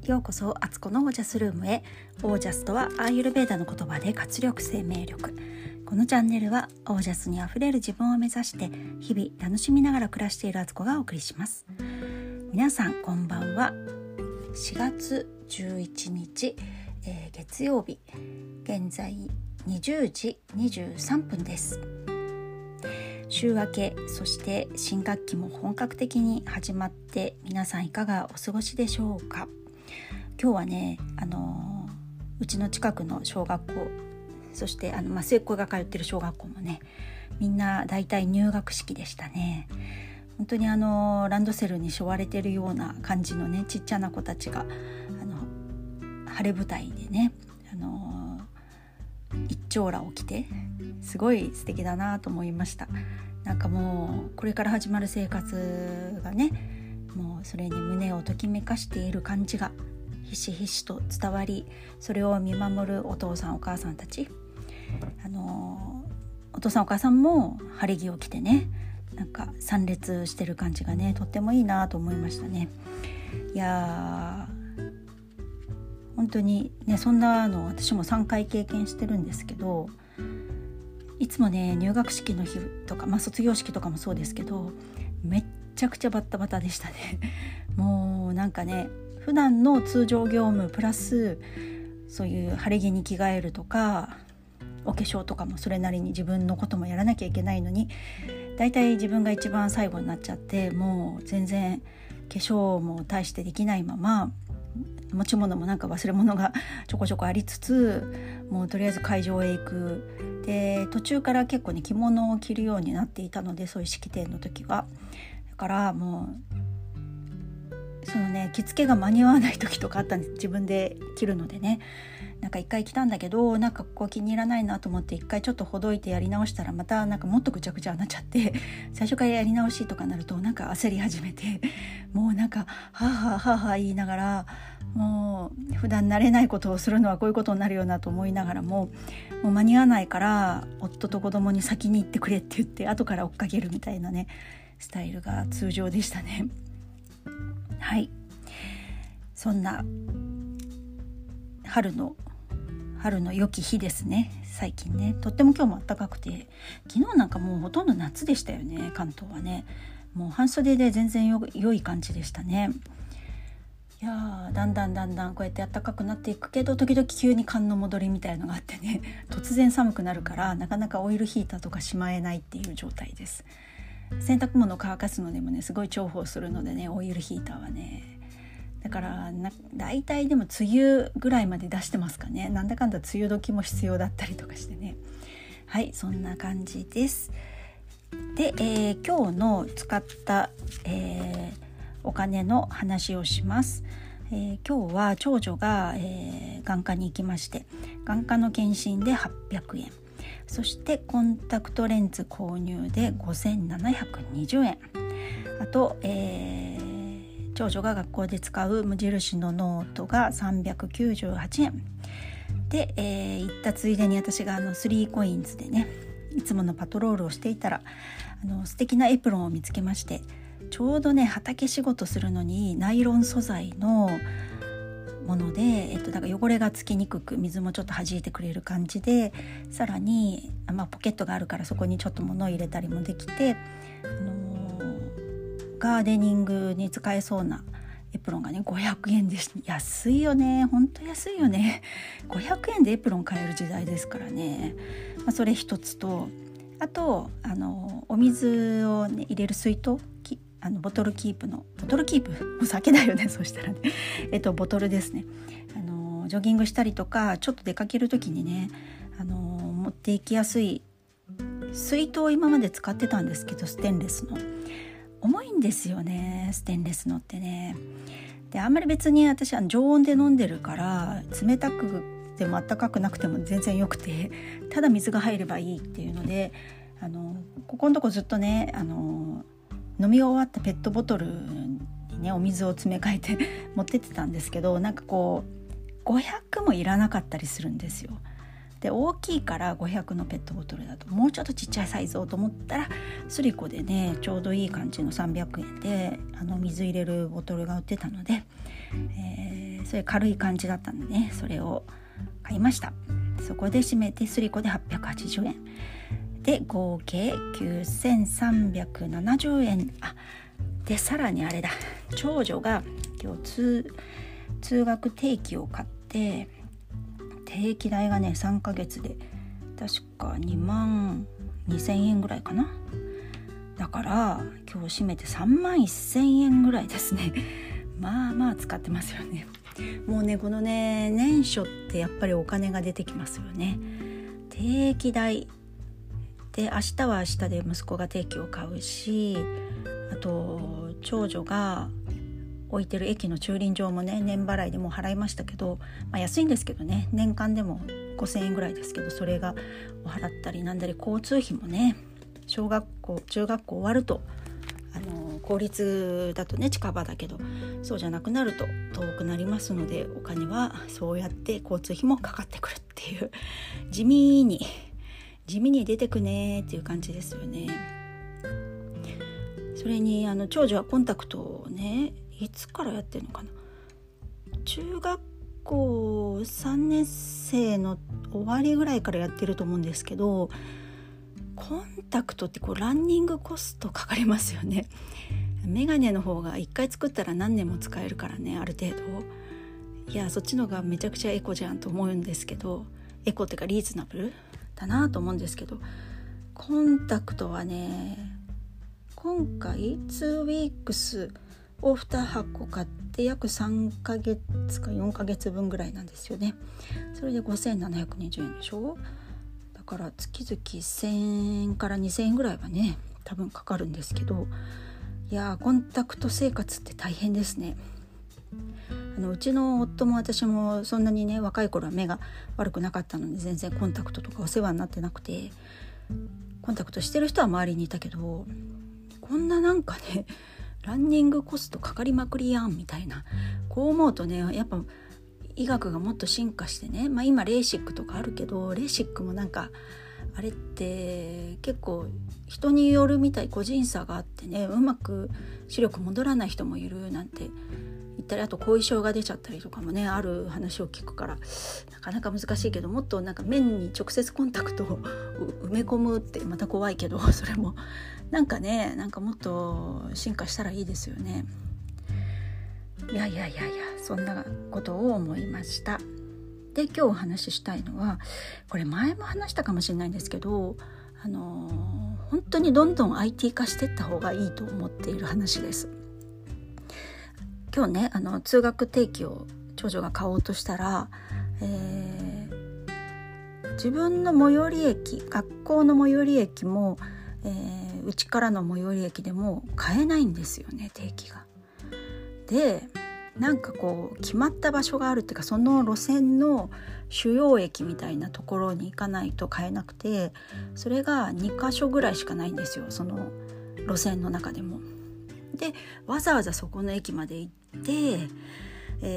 ようこそアツコのオージャスルームへ。オージャスとはアーユルヴェーダの言葉で活力、生命力。このチャンネルはオージャスにあふれる自分を目指して日々楽しみながら暮らしているアツコがお送りします。皆さんこんばんは。4月11日、月曜日、現在20時23分です。週明け、そして新学期も本格的に始まって、皆さんいかがお過ごしでしょうか。今日はね、うちの近くの小学校、そして末っ子が通ってる小学校もね、みんなだいたい入学式でしたね。本当にランドセルに背負われてるような感じのね、ちっちゃな子たちが晴れ舞台でね、一張羅を着てすごい素敵だなと思いました。なんかもうこれから始まる生活がね、もうそれに胸をときめかしている感じがひしひしと伝わり、それを見守るお父さんお母さんたち、お父さんお母さんも晴れ着を着てね、なんか参列してる感じがね、とってもいいなと思いましたね。いや本当にね、そんなの私も3回経験してるんですけど、いつもね、入学式の日とか、卒業式とかもそうですけど、めっちゃくちゃバッタバタでしたね。もうなんかね、普段の通常業務プラスそういう晴れ着に着替えるとか、お化粧とかもそれなりに自分のこともやらなきゃいけないのに、だいたい自分が一番最後になっちゃって、もう全然化粧も大してできないまま、持ち物もなんか忘れ物がちょこちょこありつつ、もうとりあえず会場へ行く。で、途中から結構ね、着物を着るようになっていたので、そういう式典の時は。だからもうそのね、着付けが間に合わない時とかあったんです。自分で着るのでね、なんか一回着たんだけど、なんかここ気に入らないなと思って一回ちょっとほどいてやり直したら、またなんかもっとぐちゃぐちゃになっちゃって、最初からやり直しとかなるとなんか焦り始めて、もうなんかはぁはぁはぁはぁ言いながら、もう普段慣れないことをするのはこういうことになるよなと思いながらも、もう間に合わないから夫と子供に先に行ってくれって言って後から追っかけるみたいなね、スタイルが通常でしたね。はい、そんな春の良き日ですね。最近ね、とっても今日も暖かくて、昨日なんかもうほとんど夏でしたよね。関東はね、もう半袖で全然良い感じでしたね。いやだんだんこうやって暖かくなっていくけど、時々急に寒の戻りみたいのがあってね、突然寒くなるからなかなかオイルヒーターとかしまえないっていう状態です。洗濯物を乾かすのでもね、すごい重宝するのでね、オイルヒーターはね。だからだいたいでも梅雨ぐらいまで出してますかね。なんだかんだ梅雨時も必要だったりとかしてね。はい、そんな感じです。で、今日の使った、お金の話をします。今日は長女が、眼科に行きまして、眼科の検診で800円、そしてコンタクトレンズ購入で5720円、あと、長女が学校で使う無印のノートが398円で、行ったついでに私が3コインズでね、いつものパトロールをしていたら素敵なエプロンを見つけまして、ちょうどね、畑仕事するのにナイロン素材のもので、だから汚れがつきにくく、水もちょっと弾いてくれる感じで、さらに、ポケットがあるからそこにちょっと物を入れたりもできて、ガーデニングに使えそうなエプロンがね500円でした。安いよね、ほんと安いよね。500円でエプロン買える時代ですからね。それ一つと、あとお水を、ね、入れる水筒、ボトルキープお酒だよね、そしたらねボトルですね。ジョギングしたりとかちょっと出かける時にね、持っていきやすい水筒を今まで使ってたんですけど、ステンレスの重いんですよね、ステンレスのってね。で、あんまり別に私は常温で飲んでるから、冷たくても暖かくなくても全然よくて、ただ水が入ればいいっていうので、ここのとこずっとね、飲み終わったペットボトルにね、お水を詰め替えて持ってってたんですけど、なんかこう500もいらなかったりするんですよ。で、大きいから500のペットボトルだと、もうちょっとちっちゃいサイズをと思ったら、スリコでね、ちょうどいい感じの300円で水入れるボトルが売ってたので、 それ軽い感じだったんでね、それを買いました。そこで締めてスリコで880円で合計9370円。でさらにあれだ、長女が今日通学定期を買って、定期代がね3ヶ月で確か2万2000円ぐらいかな。だから今日締めて3万1000円ぐらいですね。まあまあ使ってますよね。もうねこのね年初ってやっぱりお金が出てきますよね。定期代で明日は明日で息子が定期を買うし、あと長女が置いてる駅の駐輪場もね年払いでもう払いましたけど、安いんですけどね、年間でも5000円ぐらいですけど、それがお払ったりなんだり、交通費もね小学校中学校終わると公立だとね近場だけど、そうじゃなくなると遠くなりますので、お金はそうやって交通費もかかってくるっていう、地味に出てくねっていう感じですよね。それに長女はコンタクトをねいつからやってるのかな、中学校3年生の終わりぐらいからやってると思うんですけど、コンタクトってランニングコストかかりますよね。メガネの方が1回作ったら何年も使えるからね、ある程度。いやそっちのがめちゃくちゃエコじゃんと思うんですけど、エコってかリーズナブルだなと思うんですけど、コンタクトはね今回2ウィークスを2箱買って約3ヶ月か4ヶ月分ぐらいなんですよね。それで5720円でしょ。だから月々1000円から2000円ぐらいはね多分かかるんですけど、いやコンタクト生活って大変ですね。うちの夫も私もそんなにね若い頃は目が悪くなかったので全然コンタクトとかお世話になってなくて、コンタクトしてる人は周りにいたけど、こんななんかねランニングコストかかりまくりやんみたいな、こう思うとねやっぱ医学がもっと進化してね、今レーシックとかあるけど、レーシックもなんかあれって結構人によるみたい、個人差があってね、うまく視力戻らない人もいるなんて言ったり、あと後遺症が出ちゃったりとかもねある話を聞くから、なかなか難しいけど、もっとなんか面に直接コンタクトを埋め込むってまた怖いけど、それもなんかねなんかもっと進化したらいいですよね。いやそんなことを思いました。で今日お話ししたいのは、これ前も話したかもしれないんですけど、本当にどんどん IT 化していった方がいいと思っている話です。今日ね通学定期を長女が買おうとしたら、自分の最寄り駅、学校の最寄り駅も、うちからの最寄り駅でも買えないんですよね、定期が。でなんか決まった場所があるっていうか、その路線の主要駅みたいなところに行かないと買えなくて、それが2カ所ぐらいしかないんですよ、その路線の中でも。でわざわざそこの駅まで行って、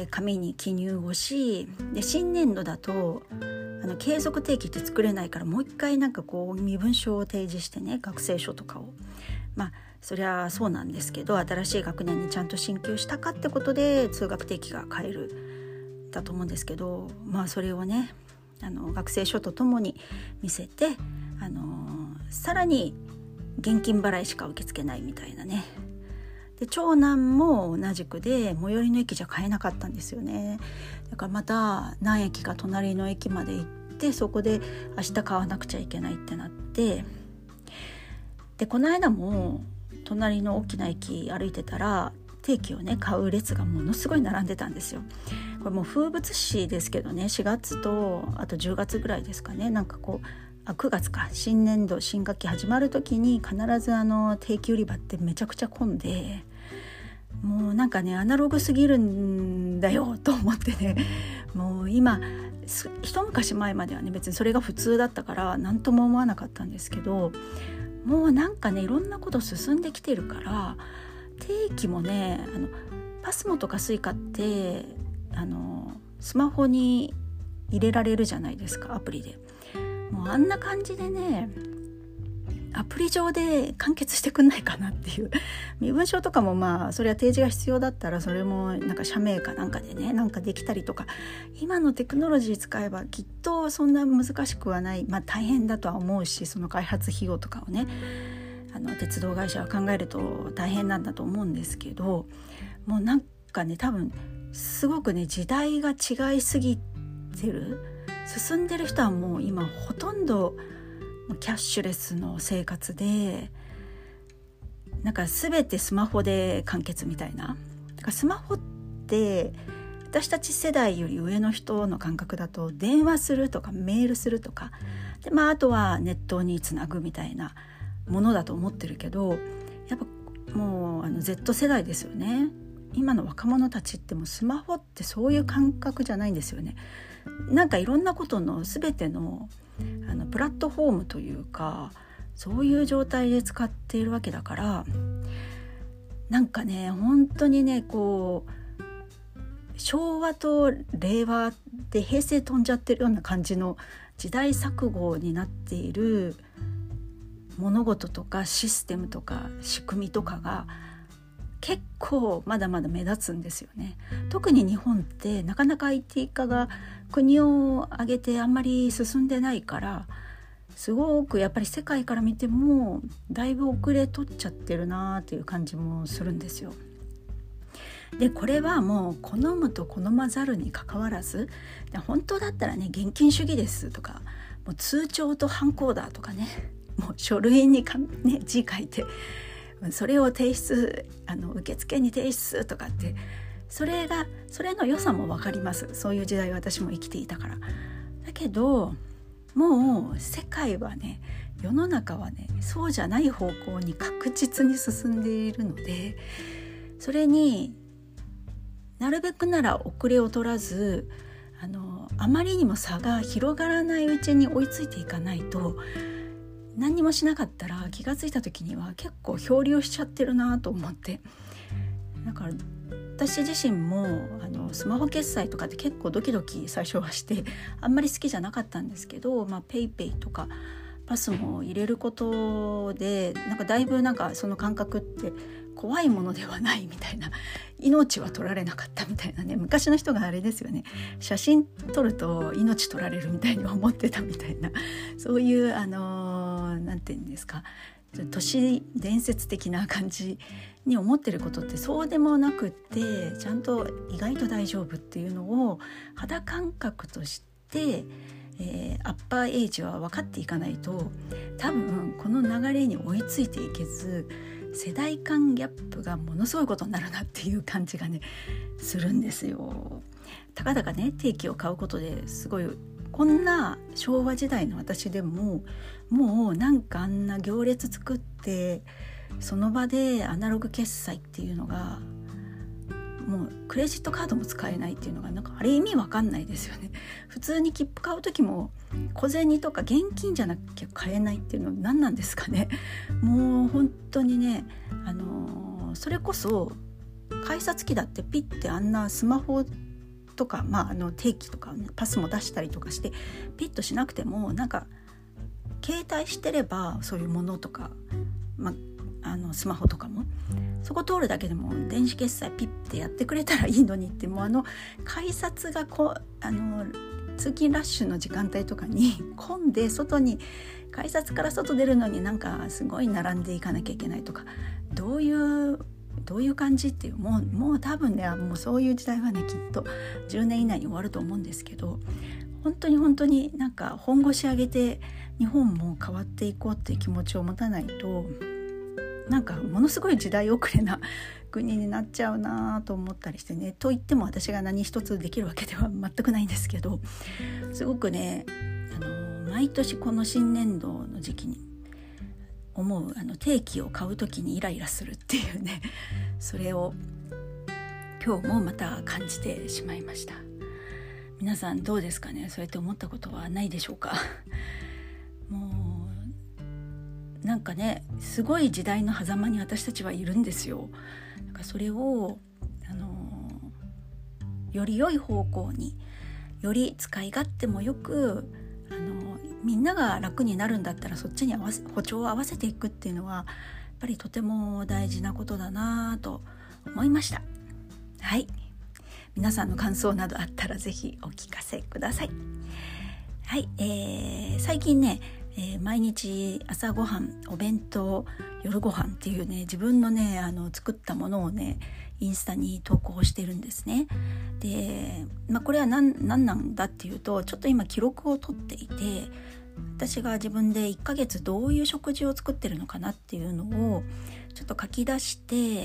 紙に記入をし、で新年度だと継続定期って作れないから、もう一回なんか身分証を提示してね、学生証とかをそりゃそうなんですけど、新しい学年にちゃんと進級したかってことで通学定期が買えるだと思うんですけど、それをね学生証とともに見せて、さらに現金払いしか受け付けないみたいなね。で長男も同じくで最寄りの駅じゃ買えなかったんですよね。だからまた何駅か隣の駅まで行って、そこで明日買わなくちゃいけないってなって、でこの間も隣の大きな駅歩いてたら定期をね買う列がものすごい並んでたんですよ。これもう風物詩ですけどね、4月とあと10月ぐらいですかね、なんか9月か、新年度新学期始まる時に必ず定期売り場ってめちゃくちゃ混んで、もうなんかねアナログすぎるんだよと思ってね、もう今一昔前まではね別にそれが普通だったから何とも思わなかったんですけど、もうなんかねいろんなこと進んできてるから、定期もねパスモとかスイカってスマホに入れられるじゃないですか、アプリで。もうあんな感じでねアプリ上で完結してくんないかなっていう。身分証とかもそれは提示が必要だったらそれもなんか社名かなんかでねなんかできたりとか、今のテクノロジー使えばきっとそんな難しくはない。大変だとは思うし、その開発費用とかをね鉄道会社は考えると大変なんだと思うんですけど、もうなんかね多分すごくね時代が違いすぎてる。進んでる人はもう今ほとんどキャッシュレスの生活で、なんか全てスマホで完結みたいな。だからスマホって私たち世代より上の人の感覚だと電話するとかメールするとかで、あとはネットにつなぐみたいなものだと思ってるけど、やっぱもうZ 世代ですよね。今の若者たちってもうスマホってそういう感覚じゃないんですよね。なんかいろんなことの全てのプラットフォームというかそういう状態で使っているわけだから、なんかね本当にねこう昭和と令和で平成飛んじゃってるような感じの時代錯誤になっている物事とかシステムとか仕組みとかが結構まだまだ目立つんですよね。特に日本ってなかなか IT 化が国を挙げてあんまり進んでないから、すごくやっぱり世界から見てもだいぶ遅れとっちゃってるなっていう感じもするんですよ。でこれはもう好むと好まざるにかかわらず、本当だったらね現金主義ですとか、もう通帳とハンコだとかね、もう書類に字書いてそれを提出受付に提出とかって、それの良さも分かります。そういう時代私も生きていたから。だけどもう世界はね、世の中はねそうじゃない方向に確実に進んでいるので、それになるべくなら遅れを取らずあまりにも差が広がらないうちに追いついていかないと、何にもしなかったら気がついた時には結構漂流しちゃってるなと思って、だから私自身もスマホ決済とかって結構ドキドキ最初はしてあんまり好きじゃなかったんですけど、ペイペイとかパスも入れることでなんかだいぶなんかその感覚って怖いものではないみたいな、命は取られなかったみたいなね、昔の人があれですよね、写真撮ると命取られるみたいに思ってたみたいな、そういうなんていうんですか、都市伝説的な感じに思ってることってそうでもなくって、ちゃんと意外と大丈夫っていうのを肌感覚としてアッパーエイジは分かっていかないと、多分この流れに追いついていけず、世代間ギャップがものすごいことになるなっていう感じがねするんですよ。たかだかね定期を買うことですごい、こんな昭和時代の私でももうなんかあんな行列作ってその場でアナログ決済っていうのが、もうクレジットカードも使えないっていうのがなんかあれ意味わかんないですよね。普通に切符買う時も小銭とか現金じゃなきゃ買えないっていうのは何なんですかね。もう本当にね、それこそ改札機だってピッてあんなスマホとか、定期とか、ね、パスも出したりとかしてピッとしなくても、なんか携帯してればそういうものとか、スマホとかもそこ通るだけでも電子決済ピッてやってくれたらいいのにって、もう改札が通勤ラッシュの時間帯とかに混んで改札から外出るのになんかすごい並んでいかなきゃいけないとか、どういう感じっていう、もう多分ね、もうそういう時代はねきっと10年以内に終わると思うんですけど、本当になんか本腰上げて日本も変わっていこうっていう気持ちを持たないと、なんかものすごい時代遅れな国になっちゃうなと思ったりしてね。と言っても私が何一つできるわけでは全くないんですけど、すごくね毎年この新年度の時期に思う定期を買う時にイライラするっていうね、それを今日もまた感じてしまいました。皆さんどうですかね。そうやって思ったことはないでしょうか。もうなんかね、すごい時代の狭間に私たちはいるんですよ。だからそれをより良い方向に、より使い勝手もよくみんなが楽になるんだったらそっちに歩調を合わせていくっていうのはやっぱりとても大事なことだなと思いました。はい、皆さんの感想などあったらぜひお聞かせください。はい、最近ね、毎日朝ごはん、お弁当、夜ごはんっていうね、自分のね作ったものをねインスタに投稿してるんですね。で、これは何なんだっていうと、ちょっと今記録を取っていて、私が自分で1ヶ月どういう食事を作ってるのかなっていうのをちょっと書き出して、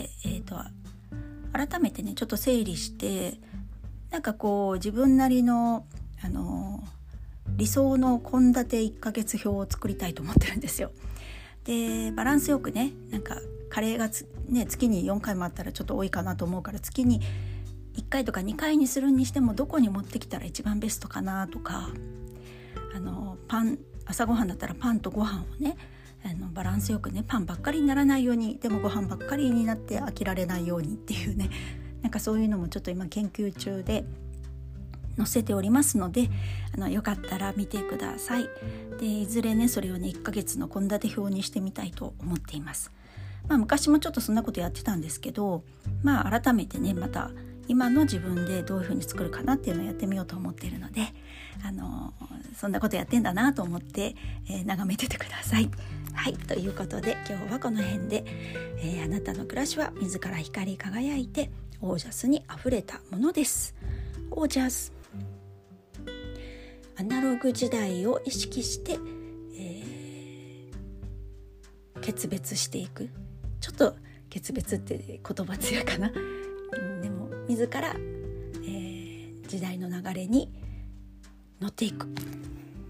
改めてねちょっと整理して、なんかこう自分なりの理想の献立1ヶ月表を作りたいと思ってるんですよ。で、バランスよくね、なんかカレーが月に4回もあったらちょっと多いかなと思うから、月に1回とか2回にするにしてもどこに持ってきたら一番ベストかなとか、朝ごはんだったらパンとご飯をねバランスよくね、パンばっかりにならないように、でもご飯ばっかりになって飽きられないようにっていうね、なんかそういうのもちょっと今研究中で載せておりますので、よかったら見てください。で、いずれねそれをね1ヶ月の献立表にしてみたいと思っています。昔もちょっとそんなことやってたんですけど、改めてねまた今の自分でどういう風に作るかなっていうのをやってみようと思っているので、そんなことやってんだなと思って、眺めててください。はい、ということで今日はこの辺で、あなたの暮らしは自ら光り輝いてオージャスにあふれたものです。オージャス、アナログ時代を意識して、決別していく。ちょっと決別って言葉強いかな。でも自ら、時代の流れに乗っていく。